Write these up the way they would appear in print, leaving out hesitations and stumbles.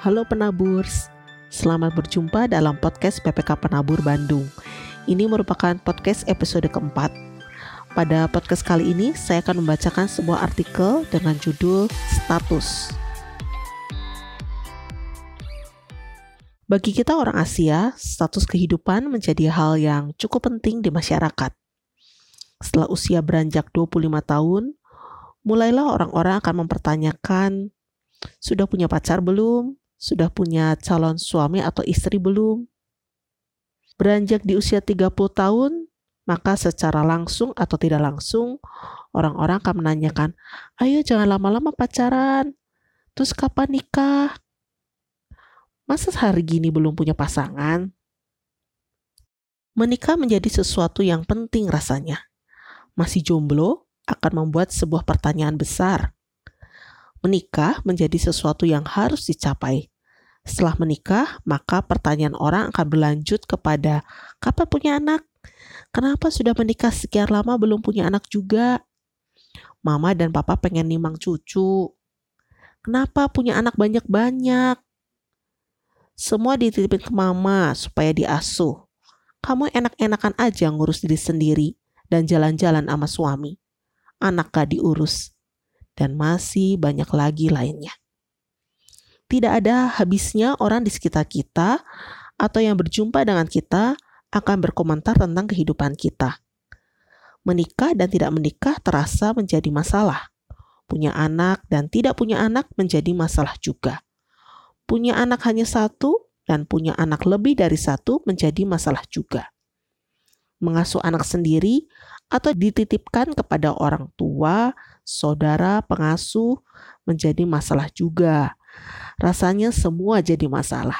Halo penaburs, selamat berjumpa dalam podcast PPK Penabur Bandung. Ini merupakan podcast episode keempat. Pada podcast kali ini, saya akan membacakan sebuah artikel dengan judul Status. Bagi kita orang Asia, status kehidupan menjadi hal yang cukup penting di masyarakat. Setelah usia beranjak 25 tahun, mulailah orang-orang akan mempertanyakan, sudah punya pacar belum? Sudah punya calon suami atau istri belum? Beranjak di usia 30 tahun, maka secara langsung atau tidak langsung, orang-orang akan menanyakan, ayo jangan lama-lama pacaran, terus kapan nikah? Masa hari gini belum punya pasangan? Menikah menjadi sesuatu yang penting rasanya. Masih jomblo akan membuat sebuah pertanyaan besar. Menikah menjadi sesuatu yang harus dicapai. Setelah menikah, maka pertanyaan orang akan berlanjut kepada kapan punya anak? Kenapa sudah menikah sekian lama belum punya anak juga? Mama dan papa pengen nimang cucu. Kenapa punya anak banyak-banyak? Semua dititipin ke mama supaya diasuh. Kamu enak-enakan aja ngurus diri sendiri dan jalan-jalan sama suami. Anak gak diurus. Dan masih banyak lagi lainnya. Tidak ada habisnya orang di sekitar kita atau yang berjumpa dengan kita akan berkomentar tentang kehidupan kita. Menikah dan tidak menikah terasa menjadi masalah. Punya anak dan tidak punya anak menjadi masalah juga. Punya anak hanya satu dan punya anak lebih dari satu menjadi masalah juga. Mengasuh anak sendiri atau dititipkan kepada orang tua, saudara, pengasuh menjadi masalah juga. Rasanya semua jadi masalah.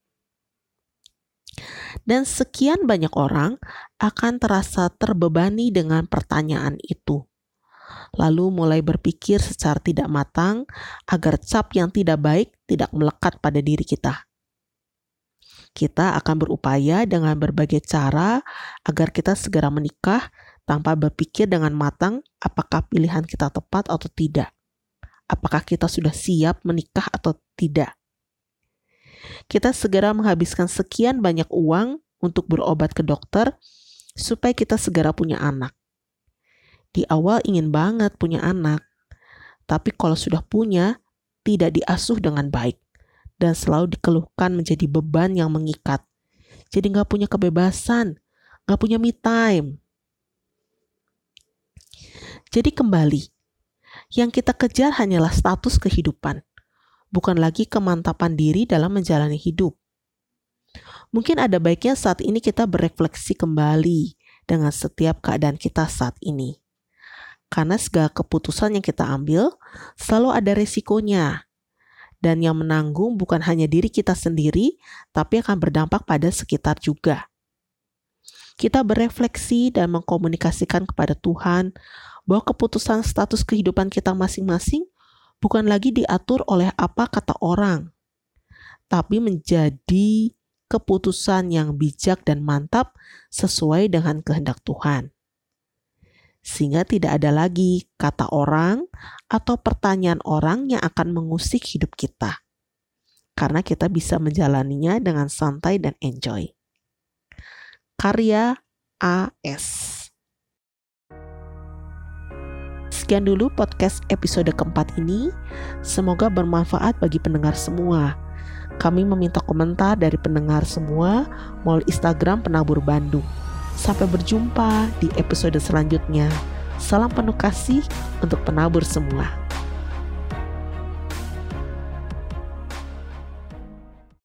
Dan sekian banyak orang akan terasa terbebani dengan pertanyaan itu. Lalu mulai berpikir secara tidak matang agar cap yang tidak baik tidak melekat pada diri kita. Kita akan berupaya dengan berbagai cara agar kita segera menikah tanpa berpikir dengan matang apakah pilihan kita tepat atau tidak. Apakah kita sudah siap menikah atau tidak. Kita segera menghabiskan sekian banyak uang untuk berobat ke dokter supaya kita segera punya anak. Di awal ingin banget punya anak, tapi kalau sudah punya, tidak diasuh dengan baik dan selalu dikeluhkan menjadi beban yang mengikat. Jadi gak punya kebebasan, gak punya me time. Jadi kembali, yang kita kejar hanyalah status kehidupan, bukan lagi kemantapan diri dalam menjalani hidup. Mungkin ada baiknya saat ini kita berefleksi kembali dengan setiap keadaan kita saat ini. Karena segala keputusan yang kita ambil selalu ada resikonya. Dan yang menanggung bukan hanya diri kita sendiri, tapi akan berdampak pada sekitar juga. Kita berefleksi dan mengkomunikasikan kepada Tuhan bahwa keputusan status kehidupan kita masing-masing bukan lagi diatur oleh apa kata orang, tapi menjadi keputusan yang bijak dan mantap sesuai dengan kehendak Tuhan. Sehingga tidak ada lagi kata orang atau pertanyaan orang yang akan mengusik hidup kita. Karena kita bisa menjalaninya dengan santai dan enjoy. Karya A.S. Sekian dulu podcast episode keempat ini. Semoga bermanfaat bagi pendengar semua. Kami meminta komentar dari pendengar semua melalui Instagram Penabur Bandung. Sampai berjumpa di episode selanjutnya. Salam penuh kasih untuk penabur semua.